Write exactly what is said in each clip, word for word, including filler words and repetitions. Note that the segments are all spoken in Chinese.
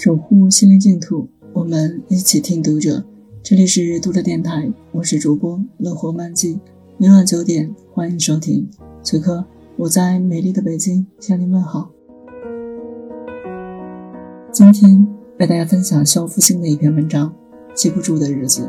守护心灵净土，我们一起听读者。这里是读者电台，我是主播乐活漫记，每晚九点欢迎收听。此刻我在美丽的北京向您问好。今天为大家分享肖复兴的一篇文章，记不住的日子。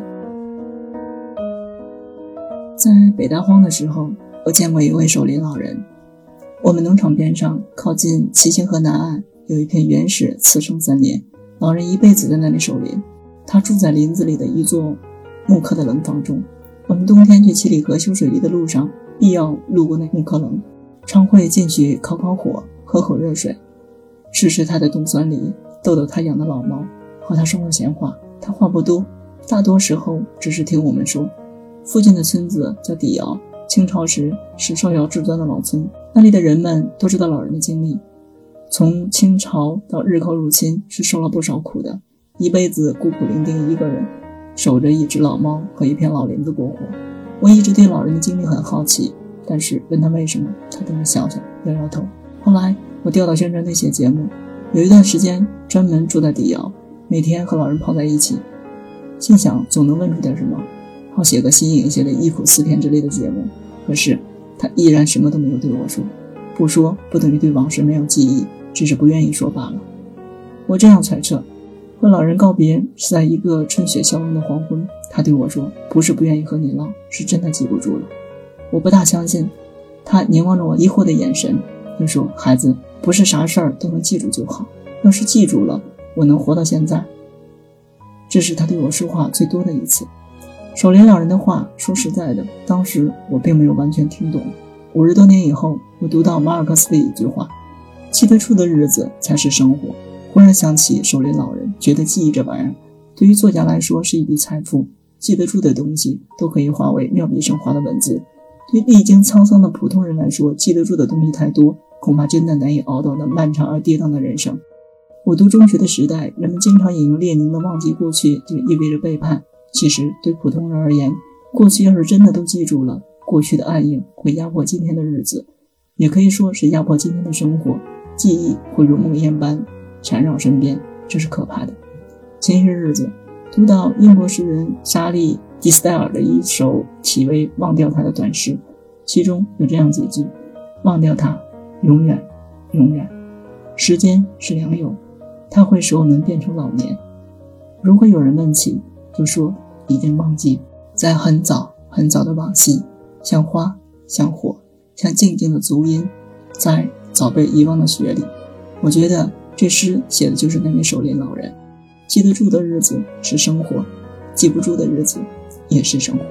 在北大荒的时候，我见过一位守林老人。我们农场边上靠近齐秦河南岸有一片原始次生森林，老人一辈子在那里守林。他住在林子里的一座木刻的冷房中。我们冬天去七里河修水犁的路上必要路过那木刻冷，常会进去烤烤火，喝口热水，试试他的冻酸梨，逗逗他养的老猫，和他说说闲话。他话不多，大多时候只是听我们说。附近的村子叫底窑，清朝时是烧窑制砖的老村，那里的人们都知道老人的经历。从清朝到日寇入侵是受了不少苦的，一辈子孤苦伶仃一个人，守着一只老猫和一片老林子过活。我一直对老人的经历很好奇，但是问他为什么，他都是笑笑摇摇头。后来我调到宣传队写节目，有一段时间专门住在底窑，每天和老人泡在一起，心想总能问出点什么，好写个新颖一些的忆苦思甜之类的节目。可是他依然什么都没有对我说，不说不等于对往事没有记忆，只是不愿意说罢了。我这样揣测，和老人告别是在一个春雪消融的黄昏，他对我说，不是不愿意和你唠，是真的记不住了。我不大相信，他凝望着我疑惑的眼神，就说，孩子，不是啥事儿都能记住就好，要是记住了，我能活到现在。这是他对我说话最多的一次。守林老人的话，说实在的，当时我并没有完全听懂。五十多年以后，我读到马尔克斯的一句话，记得住的日子才是生活。忽然想起守林老人，觉得记忆这玩意儿对于作家来说是一笔财富，记得住的东西都可以化为妙笔生花的文字。对历经沧桑的普通人来说，记得住的东西太多，恐怕真的难以熬到那漫长而跌宕的人生。我读中学的时代，人们经常引用列宁的忘记过去就意味着背叛。其实对普通人而言，过去要是真的都记住了，过去的暗影会压迫今天的日子，也可以说是压迫今天的生活，记忆会如梦魇般缠绕身边，这是可怕的。前些日子读到英国诗人莎莉·迪斯戴尔的一首题为《忘掉他》的短诗，其中有这样几句，忘掉他，永远永远。时间是良友，它会使我们变成老年。如果有人问起，就说已经忘记，在很早很早的往昔，像花像火像静静的足音，在早被遗忘的雪里。我觉得这诗写的就是那位守林老人，记得住的日子是生活，记不住的日子也是生活。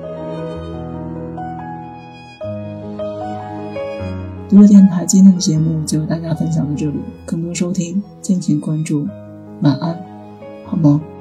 读者电台今天的节目就和大家分享到这里，更多收听敬请关注，晚安，好梦。